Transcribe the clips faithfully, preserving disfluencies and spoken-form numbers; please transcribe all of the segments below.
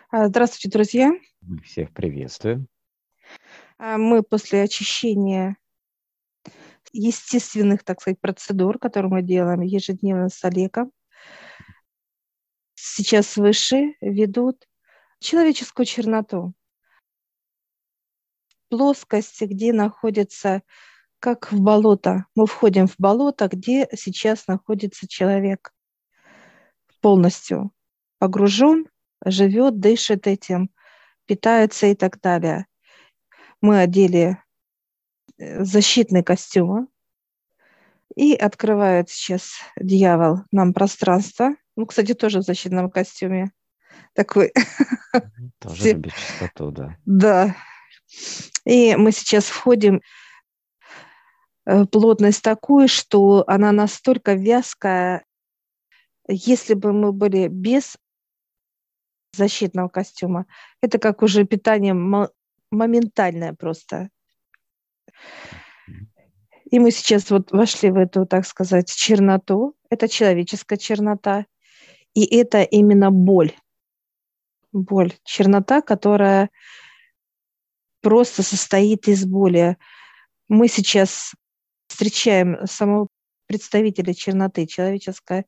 А, Здравствуйте, друзья. Мы всех приветствуем. А, Мы после очищения естественных, так сказать, процедур, которые мы делаем ежедневно с Олегом, сейчас выше ведут человеческую черноту. Плоскость, где находится, как в болото. Мы входим в болото, где сейчас находится человек полностью погружен, живет, дышит этим, питается и так далее. Мы одели э, защитные костюмы, и открывает сейчас дьявол нам пространство. Ну, кстати, тоже в защитном костюме. Такой. Мгм. Тоже любит чистоту, да. Да. И мы сейчас входим в плотность такую, что она настолько вязкая. Если бы мы были без защитного костюма, это как уже питание мо- моментальное просто. Мгм. И мы сейчас вот вошли в эту, так сказать, черноту. Это человеческая чернота. И это именно боль. Боль. Чернота, которая просто состоит из боли. Мы сейчас встречаем самого представителя черноты человеческой.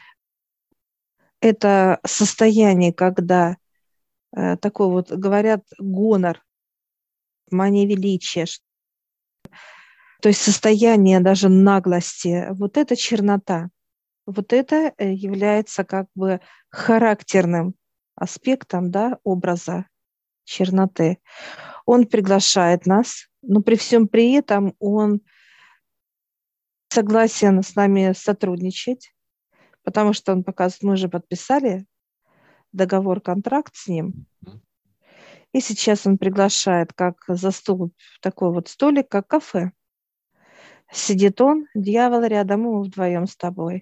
Это состояние, когда э, такой вот, говорят, гонор, мания величия, ш- то есть состояние даже наглости. Вот это чернота. Вот это э, является как бы характерным аспектом, да, образа черноты. Он приглашает нас, но при всем при этом он согласен с нами сотрудничать, потому что он показывает, мы же подписали договор, контракт с ним, Мгм. и сейчас он приглашает как за стол, такой вот столик, как кафе. Сидит он, дьявол рядом, и мы вдвоем с тобой.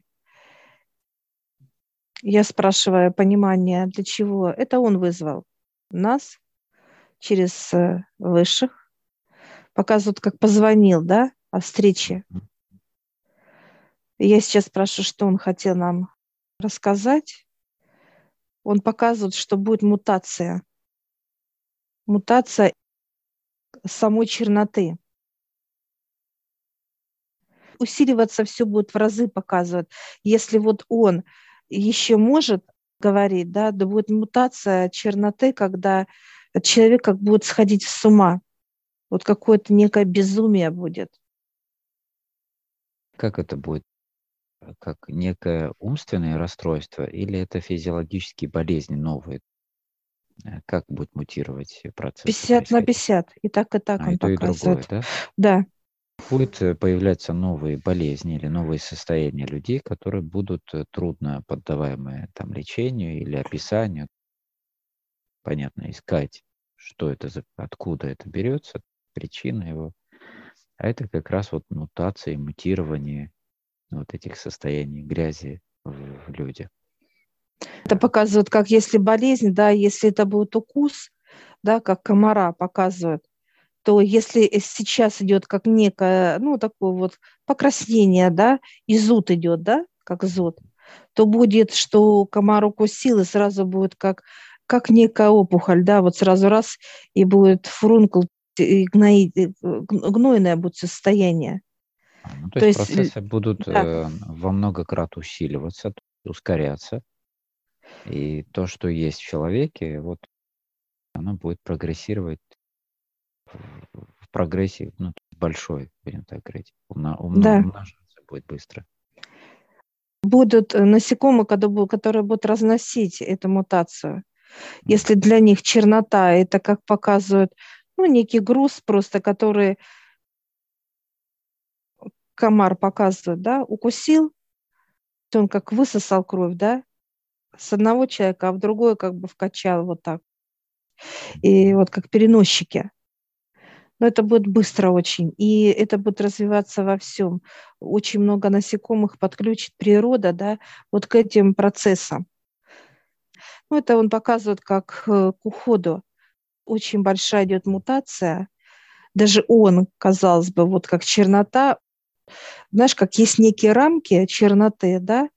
Я спрашиваю понимание, для чего? Это он вызвал нас через э, высших, показывают, как позвонил, да, о встрече. Мгм. И я сейчас спрашиваю, что он хотел нам рассказать. Он показывает, что будет мутация. Мутация самой черноты. Усиливаться все будет в разы показывать. Если вот он еще может говорить, да, да будет мутация черноты, когда человек как будет сходить с ума. Вот какое-то некое безумие будет. Как это будет? Э, Как некое умственное расстройство или это физиологические болезни новые? Э, Как будет мутировать э, процессы пятьдесят на происходить? пятьдесят. И так, и так А, и он то, и другое, показывает. да? Да, Будут э, появляться новые болезни или новые состояния людей, которые будут э, трудно поддаваемые там лечению или описанию. Понятно, искать, что это за, откуда это берется, причина его. А это как раз вот мутации, мутирование вот этих состояний грязи в, в людях. это показывает, как если болезнь, да, если это будет укус, да, как комара показывает, то если сейчас идет как некое, ну, такое вот покраснение, да, и зуд идет, да, как зуд, то будет, что комар укусил, и сразу будет как, как некая опухоль, да, вот сразу раз, и будет фурункул, и гнои- и гнойное будет состояние. А, ну, то То есть есть, л- процессы будут да, э, во много крат усиливаться, ускоряться. И то, что есть в человеке, вот оно будет прогрессировать в, в прогрессии, ну, большой, будем так говорить, умно- умно- да, умножаться будет быстро. будут э, насекомые, когда бу- которые будут разносить эту мутацию. М. Если для них чернота, это как показывают, ну, некий груз просто, который комар показывает, да, укусил, то он как высосал кровь, да, с одного человека, а в другой как бы вкачал вот так. И вот как переносчики. Но это будет быстро очень, и это будет развиваться во всем. Очень много насекомых подключит природа, да, вот к этим процессам. Ну, это он показывает как э, к уходу. Очень большая идет мутация. Даже он, казалось бы, вот как чернота, знаешь, как есть некие рамки черноты, да,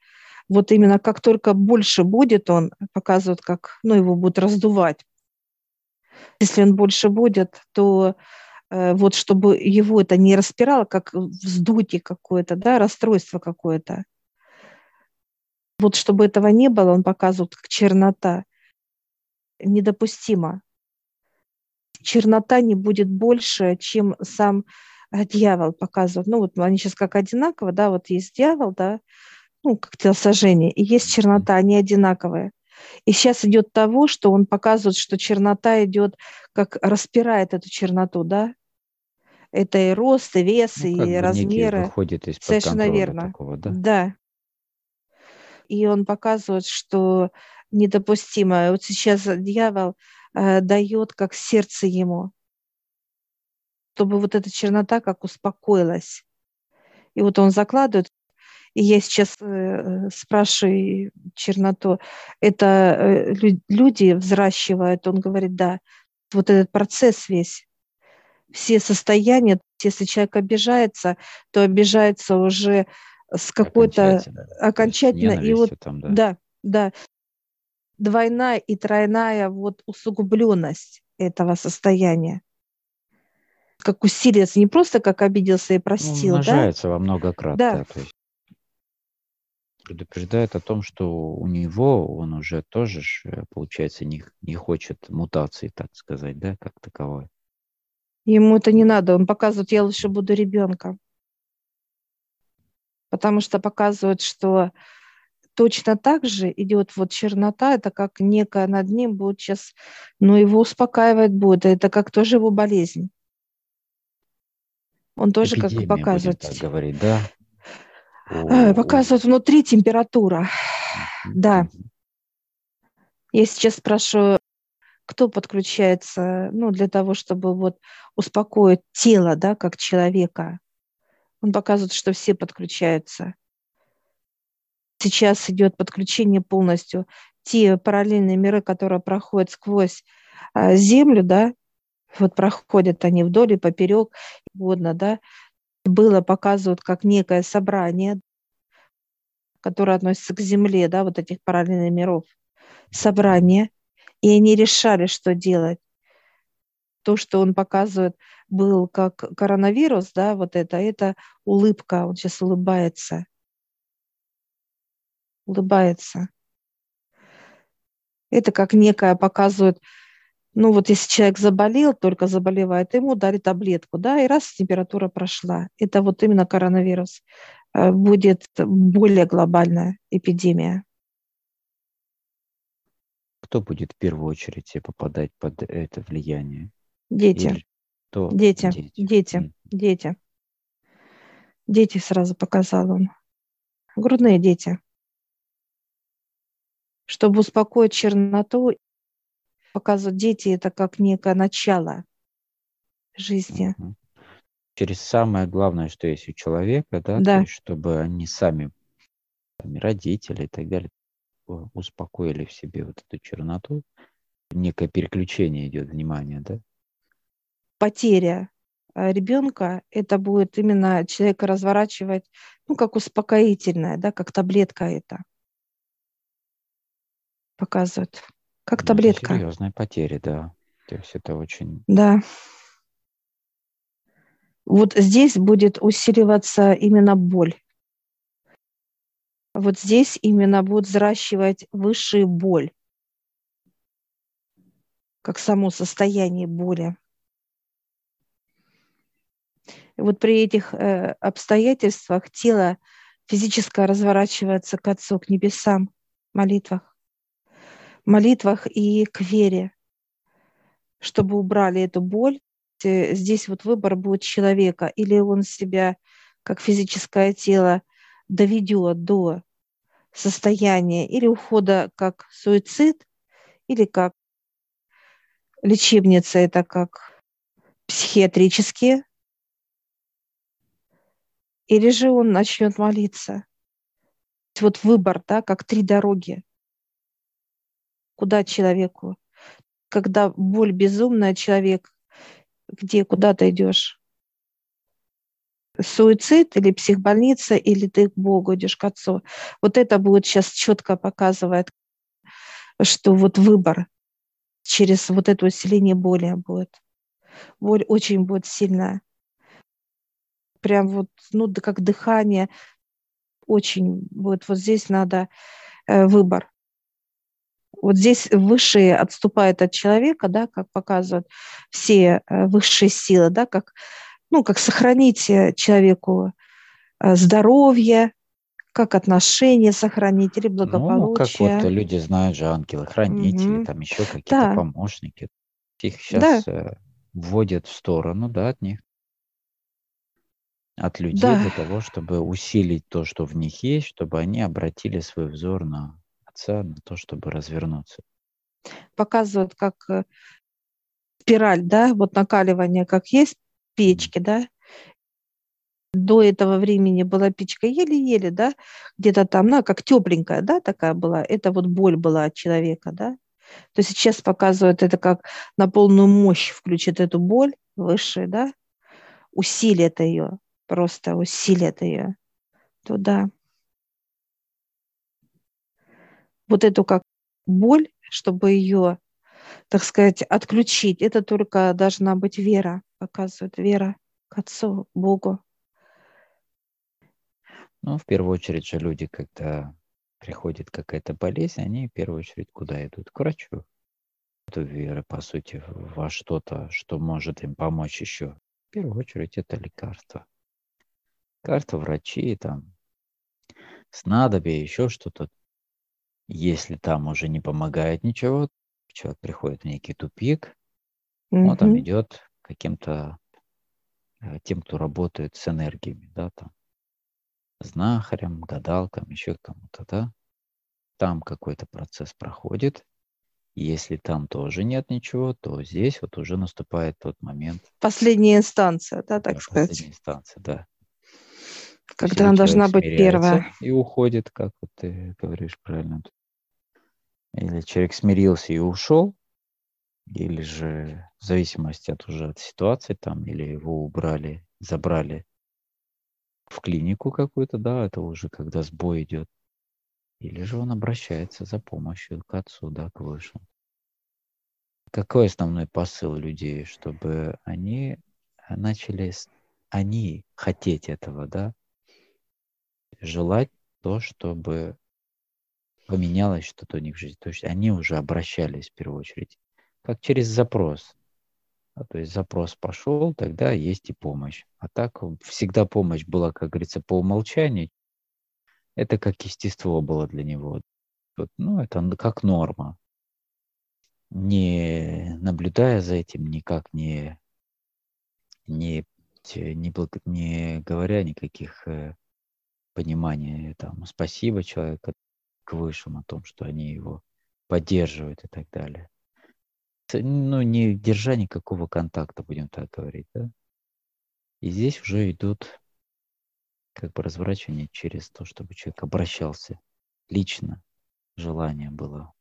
вот именно как только больше будет, он показывает, как, ну, его будут раздувать. Если он больше будет, то э, вот чтобы его это не распирало, как вздутие какое-то, да, расстройство какое-то. Вот чтобы этого не было, он показывает, как чернота. Недопустимо. Чернота не будет больше, чем сам э, дьявол показывает. Ну, вот они сейчас как одинаково, да, вот есть дьявол, да, ну, как телосложение, и есть чернота, они одинаковые. И сейчас идет того, что он показывает, что чернота идет, как распирает эту черноту, да, это и рост, и вес, Ну, как и бы некий размеры. выходит из-под Совершенно контроля верно. такого, да? Да. И он показывает, что недопустимо. Вот сейчас дьявол э, дает как сердце ему, чтобы вот эта чернота как успокоилась. И вот он закладывает, и я сейчас э, спрашиваю черноту, это э, лю- люди взращивают, он говорит, да, вот этот процесс весь, все состояния, если человек обижается, то обижается уже с какой-то Окончательно. То есть с окончательно, и вот, ненавистью там, да. да, да, двойная и тройная вот усугубленность этого состояния. Как усилиться, не просто как обиделся и Ну, простил, да? умножается во много крат, Да, да. То есть предупреждает о том, что у него он уже тоже, ж, э, получается, не, х- не хочет мутации, так сказать, да, как таковой. ему это не надо. Он показывает, я лучше буду ребенком. Потому что показывает, что точно так же идет вот чернота, это как некая над ним будет сейчас, но его успокаивать будет. Это как тоже его болезнь. Он тоже как Эпидемия, будем показывает. так говорить, да. А, У, у- показывает внутри температура. Мгм, Да. мгм. Я сейчас спрашиваю, кто подключается, ну, для того, чтобы вот успокоить тело, да, как человека. Он показывает, что все подключаются. Сейчас идет подключение полностью. Те параллельные миры, которые проходят сквозь а, Землю, да, вот проходят они вдоль и поперек, угодно, да, было показывают как некое собрание, которое относится к Земле, да, вот этих параллельных миров, собрание, и они решали, что делать. То, что он показывает, был как коронавирус, да, вот это, это улыбка, он сейчас улыбается, улыбается. Это как некое показывает, ну вот если человек заболел, только заболевает, ему дали таблетку, да, и раз температура прошла. Это вот именно коронавирус. Э, Будет более глобальная эпидемия. Кто будет в первую очередь э, попадать под это влияние? Дети, Или то дети, дети? дети, М. дети. Дети сразу показал он. Грудные дети. Чтобы успокоить черноту, показывают дети это как некое начало жизни. Мгм. Через самое главное, что есть у человека, да, то Да, есть чтобы они сами, сами родители и так далее, у- успокоили в себе вот эту черноту, некое переключение идет внимания, да? потеря э, ребенка, это будет именно человека разворачивать, ну, как успокоительное, да, как таблетка это показывает. Как Ну, это таблетка, серьезная потеря, да. То есть это очень... да. Вот здесь будет усиливаться именно боль. Вот здесь именно будет взращивать высшую боль, как само состояние боли. И вот при этих э, обстоятельствах тело физическое разворачивается к Отцу, к небесам, в молитвах, в молитвах и к вере, чтобы убрали эту боль. Э, Здесь вот выбор будет человека, или он себя, как физическое тело, доведет до состояния или ухода как суицид, или как лечебница, это как психиатрические, или же он начнет молиться. Вот выбор, да, как три дороги, куда человеку. Когда боль безумная, человек, где, куда ты идешь? суицид или психбольница, или ты к Богу идешь, к Отцу. Вот это будет сейчас четко показывает, что вот выбор через вот это усиление боли будет. Боль очень будет сильная. Прям вот, ну, да, как дыхание. Очень вот, вот здесь надо э, выбор. Вот здесь высшие отступают от человека, да, как показывают все э, высшие силы, да, как, ну, как сохранить э, человеку э, здоровье, как отношения сохранить или Ну, как вот благополучие. люди знают же, ангелы-хранители, Мгм. там еще какие-то Да, помощники. Их да, сейчас вводят в сторону, да, от них, от людей да, для того, чтобы усилить то, что в них есть, чтобы они обратили свой взор на Отца, на то, чтобы развернуться. показывают, как э, спираль, да, вот накаливание, как есть Мгм. печки, да. До этого времени была печка еле-еле, да, где-то там, ну, как тепленькая, да, такая была. Это вот боль была от человека, да. То сейчас показывают это как на полную мощь включит эту боль высшая, да, усилит ее, просто усилит ее туда. Вот эту как боль, чтобы ее, так сказать, отключить, это только должна быть вера, показывает вера к Отцу, Богу. Ну, в первую очередь же люди, когда приходит какая-то болезнь, они в первую очередь куда идут? К врачу. Это вера, по сути, во что-то, что может им помочь еще. В первую очередь это лекарство. Лекарства, врачи, там, снадобья, еще что-то. Если там уже не помогает ничего, человек приходит в некий тупик, он там Мгм. идет к каким-то э, тем, кто работает с энергиями, да, там, знахарям, гадалкам, еще кому-то, да. Там какой-то процесс проходит. Если там тоже нет ничего, то здесь вот уже наступает тот момент, Последняя инстанция, да, так да, сказать, последняя инстанция, да. То есть когда или она человек должна быть смиряется первая. и уходит, как вот ты говоришь правильно, или человек смирился и ушел, или же в зависимости от уже от ситуации там, или его убрали, забрали в клинику какую-то, да, это уже когда сбой идет, или же он обращается за помощью к Отцу, да, к Высшему. Какой основной посыл людей, чтобы они э, начали, с- они хотеть этого, да, желать то, чтобы поменялось что-то у них в жизни. То есть они уже обращались в первую очередь, как через запрос. А, то есть запрос пошел, тогда есть и помощь. А так м, всегда помощь была, как говорится, по умолчанию. Это как естество было для него. Вот, ну, это н- как норма. Не наблюдая за этим, никак не, не, те- не, благ- не говоря никаких э, пониманий, там, спасибо человека к высшим о том, что они его поддерживают и так далее. Ц- Ну, не держа никакого контакта, будем так говорить, да. И здесь уже идут как бы разворачивание через то, чтобы человек обращался лично, желание было.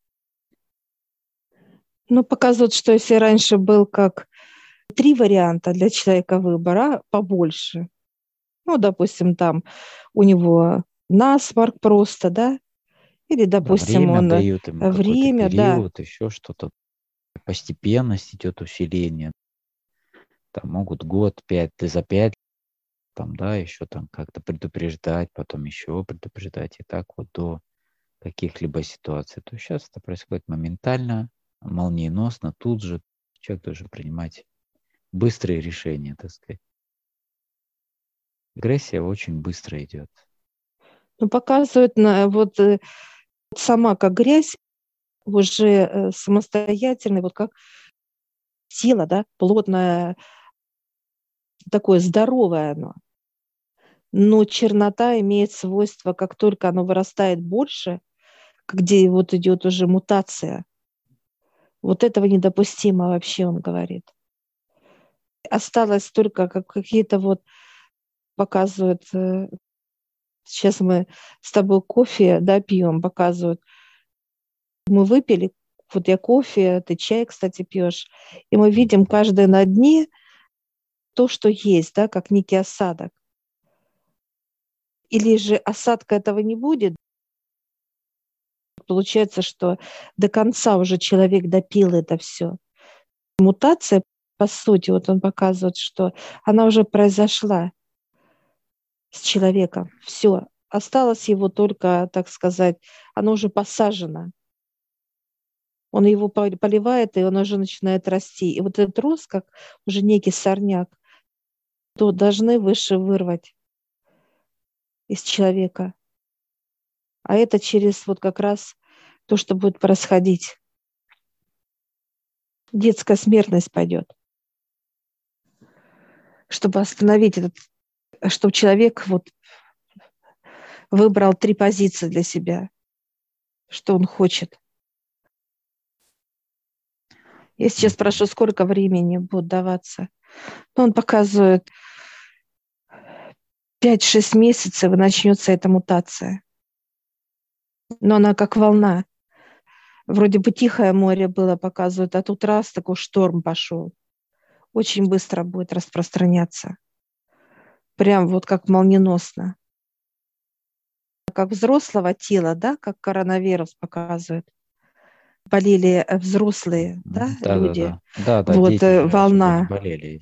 Ну, показывают, что если раньше был как три варианта для человека выбора, побольше. Ну, допустим, там у него насморк просто, да, или, Да, допустим, время он э, дают ему какой-то время, да. период, еще что-то. Постепенность идет усиление. Там могут год, пять, ты за пять, там, да, еще там как-то предупреждать, потом еще предупреждать. И так вот до каких-либо ситуаций. То есть сейчас это происходит моментально, молниеносно, тут же человек должен принимать быстрые решения, так сказать. Агрессия очень быстро идет. Ну, показывает на, вот э, сама как грязь уже э, самостоятельно, вот как тело, да, плотное, такое здоровое оно. Но чернота имеет свойство, как только оно вырастает больше, где вот идет уже мутация, вот этого недопустимо вообще, он говорит. Осталось только как какие-то вот показывают, э, сейчас мы с тобой кофе, да, пьем, показывают, мы выпили, вот я кофе, ты чай, кстати, пьешь, и мы видим каждый на дне то, что есть, да, как некий осадок. или же осадка этого не будет. Получается, что до конца уже человек допил это все. Мутация, по сути, вот он показывает, что она уже произошла с человеком. Все. Осталось его только, так сказать, оно уже посажено. Он его поливает, и он уже начинает расти. И вот этот рост, как уже некий сорняк, то должны выше вырвать из человека. А это через вот как раз то, что будет происходить. Детская смертность пойдет. Чтобы остановить этот, чтобы человек вот выбрал три позиции для себя, что он хочет. Я сейчас спрошу, сколько времени будет даваться. Ну, он показывает пять-шесть месяцев, и начнется эта мутация. Но она как волна. Вроде бы тихое море было, показывают, а тут раз такой шторм пошел. Очень быстро будет распространяться. Прям вот как молниеносно. Как взрослого тела, да, как коронавирус показывает. Болели взрослые, да, да, люди. Да, да, да, вот дети же волна. не болели.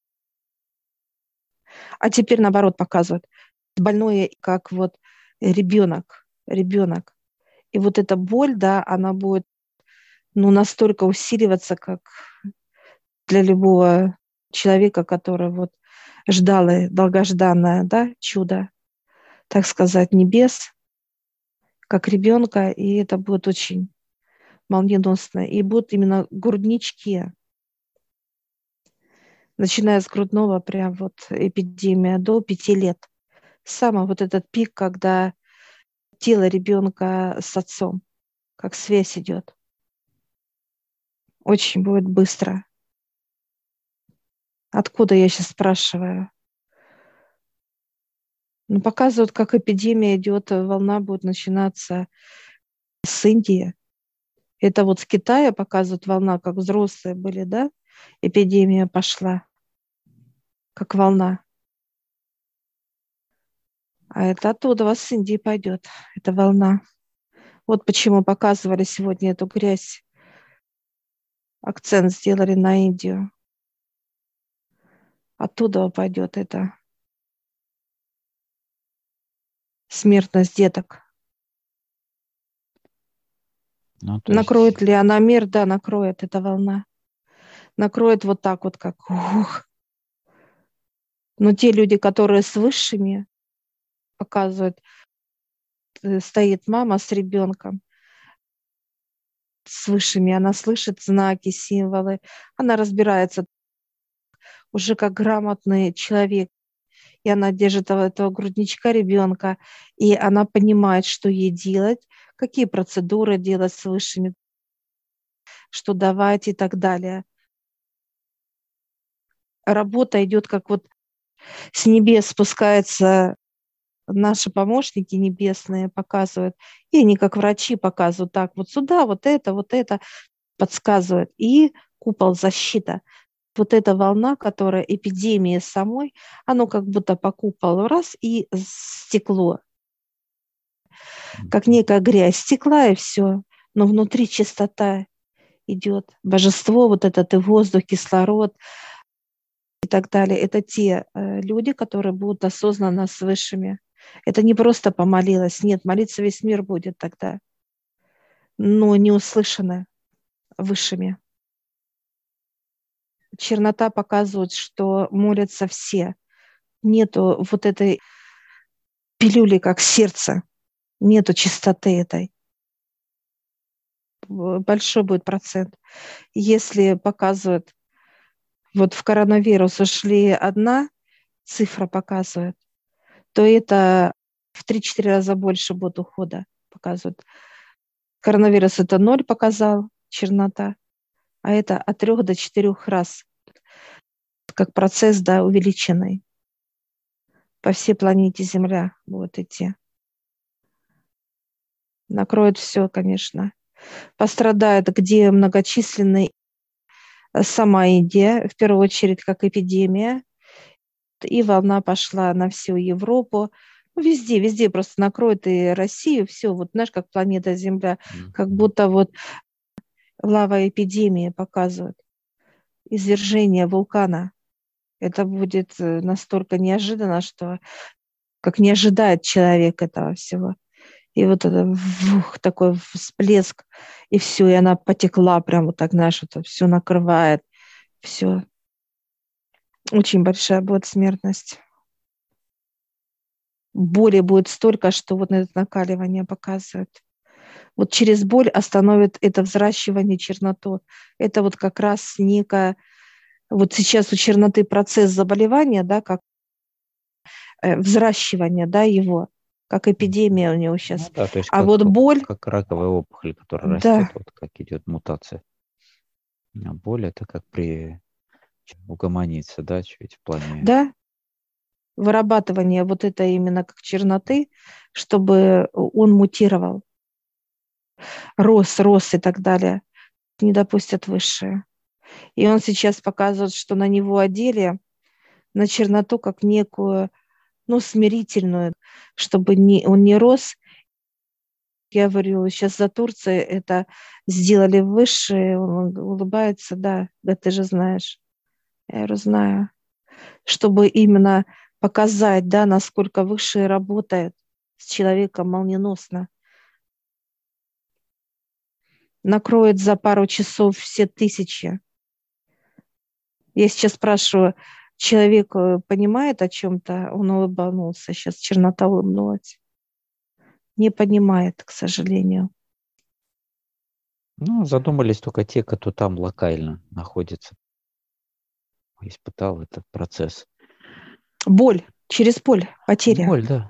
А теперь наоборот показывают. Больное, как вот ребенок, ребенок. И вот эта боль, да, она будет ну, настолько усиливаться, как для любого человека, который вот ждал и долгожданное, да, чудо, так сказать, небес, как ребенка, и это будет очень молниеносно. И будут именно груднички, начиная с грудного, прям вот эпидемия до пяти лет. Самый вот этот пик, когда тело ребенка с отцом, как связь идет. Очень будет быстро. Откуда я сейчас спрашиваю? Ну, показывают, как эпидемия идет, волна будет начинаться с Индии. Это вот с Китая показывают волна, как взрослые были, да? Эпидемия пошла, как волна. А это оттуда, вас с Индии пойдет, эта волна. Вот почему показывали сегодня эту грязь. Акцент сделали на Индию. Оттуда пойдет эта смертность деток. Ну, накроет есть... ли она мир? Да, накроет эта волна. Накроет вот так вот, как ух. Но те люди, которые с высшими, показывают, стоит мама с ребенком, с высшими, она слышит знаки, символы, она разбирается уже как грамотный человек, и она держит этого грудничка ребенка, и она понимает, что ей делать, какие процедуры делать с высшими, что давать и так далее. Работа идет как вот с небес спускается, наши помощники небесные показывают, и они как врачи показывают, так вот сюда, вот это, вот это, подсказывают. И купол защита. Вот эта волна, которая эпидемия самой, оно как будто по куполу раз и стекло. Как некая грязь стекла, и все. Но внутри чистота идет. Божество, вот этот и воздух, кислород и так далее. Это те э, люди, которые будут осознанно с высшими. Это не просто помолилась. Нет, молиться весь мир будет тогда. Но не услышано высшими. Чернота показывает, что молятся все. Нету вот этой пилюли, как сердце. Нету чистоты этой. Большой будет процент. Если показывают, вот в коронавирус ушли одна цифра показывает, то это в три-четыре раза больше будет ухода, показывают. Коронавирус это ноль показал, чернота, а это от трех до четырех раз, как процесс, да, увеличенный. По всей планете Земля будет идти. Накроет все, конечно. Пострадает, где многочисленные сама Индия, в первую очередь, как эпидемия, и волна пошла на всю Европу, Везде, везде просто накроет и Россию, все, вот знаешь, как планета Земля, как Мгм. будто вот лава-эпидемия показывает, извержение вулкана. Это будет э, настолько неожиданно, что как не ожидает человек этого всего. И вот это вух, такой всплеск, и все, и она потекла прям вот так, знаешь, это все накрывает, все. Очень большая будет смертность. Боли будет столько, что вот на это накаливание показывает. Вот через боль остановит это взращивание черноту. Это вот как раз некая... Вот сейчас у черноты процесс заболевания, да, как э, взращивание, да, его, как эпидемия у него Ну сейчас. да, то есть А как, вот как, боль, как раковая опухоль, которая растет, да, вот как идет мутация. А боль это как при угомониться, да, чуть в плане. да, вырабатывание вот это именно как черноты, чтобы он мутировал, рос, рос и так далее, не допустят высшие. И он сейчас показывает, что на него одели, на черноту, как некую, ну, смирительную, чтобы не, он не рос. Я говорю, сейчас за Турцией это сделали высшие, он улыбается, да, да ты же знаешь. Я говорю, знаю. Чтобы именно показать, да, насколько высшие работают с человеком молниеносно. Накроет за пару часов все тысячи. Я сейчас спрашиваю, человек э, понимает о чем-то? Он улыбнулся, сейчас чернота улыбнулась. Не понимает, к сожалению. Ну, задумались только те, кто там локально находится, испытал этот процесс. Боль, через боль, потеря. Боль, да.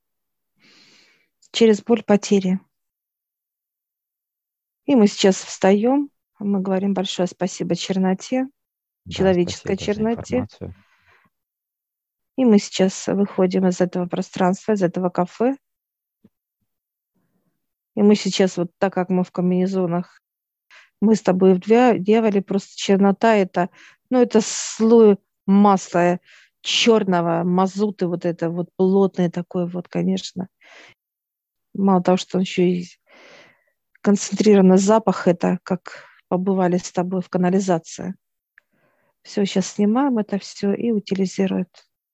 Через боль, потери. И мы сейчас встаем, мы говорим большое спасибо черноте, Да, человеческой спасибо за черноте. информацию. И мы сейчас выходим из этого пространства, из этого кафе. И мы сейчас, вот так как мы в комбинезонах, мы с тобой в дьяволе, просто чернота это, ну, это слой масла черного, мазуты, вот это вот плотный такой вот, конечно. Мало того, что он еще и концентрированный запах, это как побывали с тобой в канализации. Все, сейчас снимаем это все и утилизируют.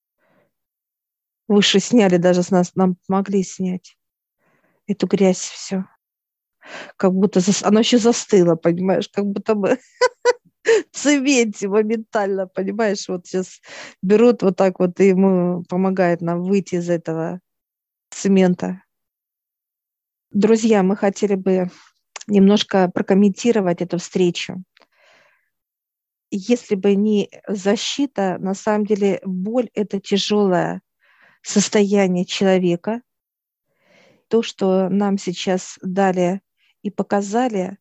Выше сняли, даже с нас, нам помогли снять эту грязь все. Как будто зас... оно еще застыло, понимаешь, как будто бы в цементе моментально, понимаешь, вот сейчас берут вот так вот и ему помогает нам выйти из этого цемента. Друзья, мы хотели бы немножко прокомментировать эту встречу. Если бы не защита, на самом деле боль – это тяжелое состояние человека. То, что нам сейчас дали и показали,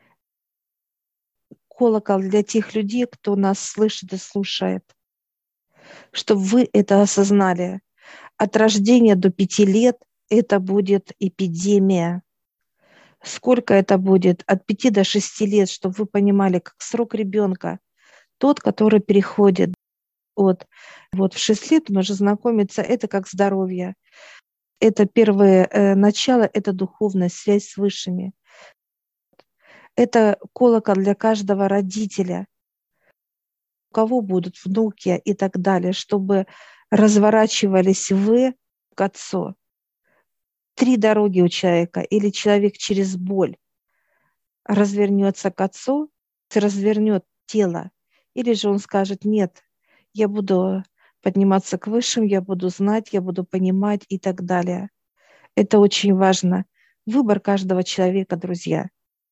колокол для тех людей, кто нас слышит и слушает, чтобы вы это осознали. От рождения до пяти лет это будет эпидемия. Сколько это будет? От пяти до шести лет, чтобы вы понимали, как срок ребенка, тот, который переходит от вот в шесть лет, он уже знакомится, это как здоровье. Это первое э, начало, это духовная связь с высшими. Это колокол для каждого родителя, у кого будут внуки и так далее, чтобы разворачивались вы к отцу. Три дороги у человека. Или человек через боль развернется к отцу, развернет тело, или же он скажет, нет, я буду подниматься к высшим, я буду знать, я буду понимать и так далее. Это очень важно. Выбор каждого человека, друзья.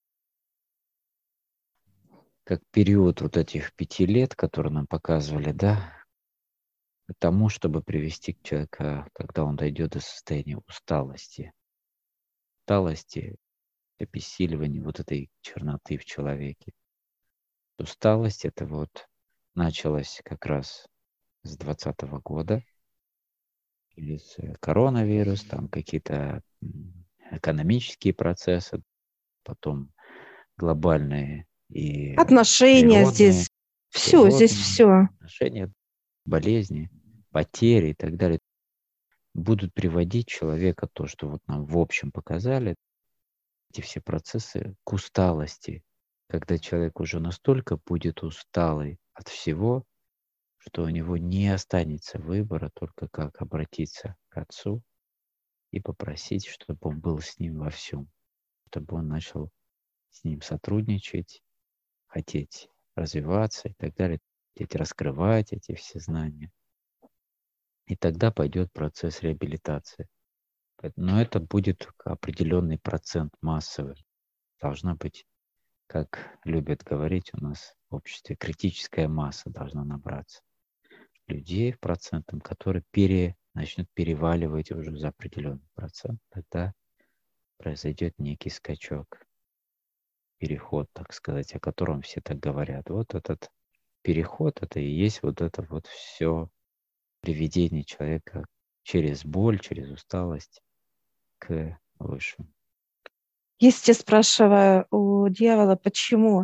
Как период вот этих пяти лет, которые нам показывали, да, к тому, чтобы привести к человеку, когда он дойдет до состояния усталости. Усталости, обессиливания вот этой черноты в человеке. Усталость это вот началось как раз с двадцатого года, или с коронавирус, там какие-то экономические процессы, потом глобальные и Отношения природные, здесь, все, здесь природные все. отношения, болезни, потери и так далее. будут приводить человека, то, что вот нам в общем показали, эти все процессы к усталости, когда человек уже настолько будет усталый от всего, что у него не останется выбора, только как обратиться к Отцу и попросить, чтобы Он был с ним во всем, чтобы он начал с ним сотрудничать, хотеть развиваться и так далее, хотеть раскрывать эти все знания. И тогда пойдет процесс реабилитации. Но это будет определенный процент массовый. Должна быть, как любят говорить у нас в обществе, критическая масса должна набраться людей в процентном, которые пере, начнут переваливать уже за определенный процент. Тогда произойдет некий скачок, переход, так сказать, о котором все так говорят. Вот этот переход, это и есть вот это вот все приведение человека через боль, через усталость к высшему. Если я спрашиваю у дьявола, почему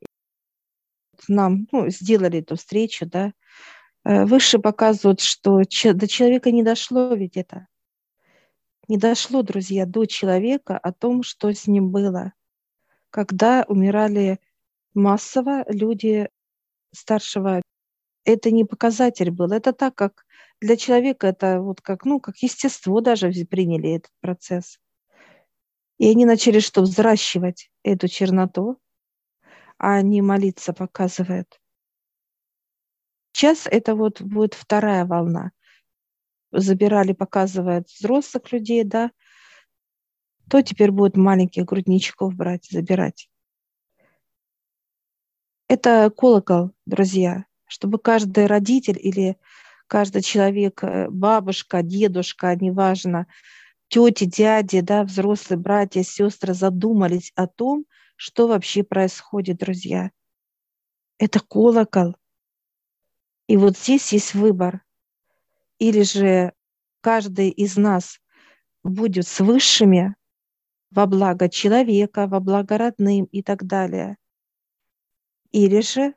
нам ну, сделали эту встречу, да, выше показывают, что до человека не дошло ведь это. Не дошло, друзья, до человека о том, что с ним было, когда умирали массово люди старшего. Это не показатель был, это так, как для человека это вот как, ну, как естество даже приняли этот процесс. И они начали что, взращивать эту черноту, а не молиться показывает. Сейчас это вот будет вторая волна. Забирали, показывает взрослых людей, да, то теперь будут маленьких грудничков брать, забирать. Это колокол, друзья, чтобы каждый родитель или каждый человек, бабушка, дедушка, неважно, тети, дяди, да, взрослые братья, сестры задумались о том, что вообще происходит, друзья. Это колокол. И вот здесь есть выбор. Или же каждый из нас будет с высшими во благо человека, во благо родным и так далее. Или же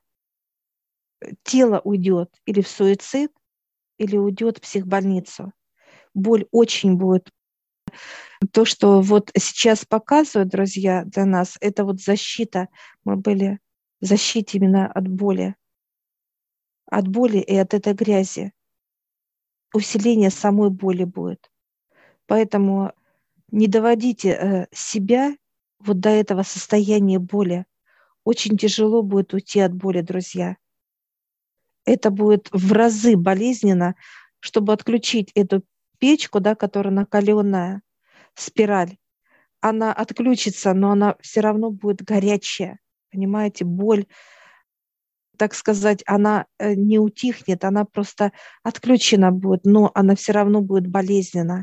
тело уйдет или в суицид, или уйдет в психбольницу. Боль очень будет. То, что вот сейчас показывают, друзья, для нас, это вот защита. Мы были в защите именно от боли. От боли и от этой грязи. Усиление самой боли будет. Поэтому не доводите себя вот до этого состояния боли. Очень тяжело будет уйти от боли, друзья. Это будет в разы болезненно, чтобы отключить эту печку, да, которая накаленная, спираль. Она отключится, но она все равно будет горячая. Понимаете, боль, так сказать, она не утихнет, она просто отключена будет, но она все равно будет болезненна.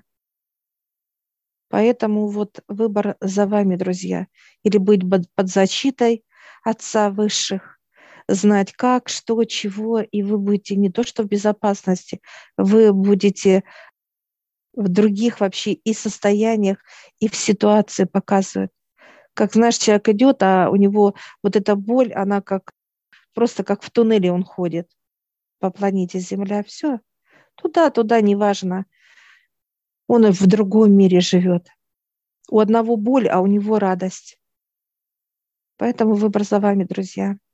Поэтому вот выбор за вами, друзья. Или быть под защитой Отца Высших, знать как, что, чего, и вы будете не то что в безопасности, вы будете в других вообще и состояниях, и в ситуации показывают. Как, знаешь, человек идет, а у него вот эта боль, она как просто как в туннеле он ходит по планете Земля. Все. Туда, туда, неважно. Он в другом мире живет. У одного боль, а у него радость. Поэтому выбор за вами, друзья.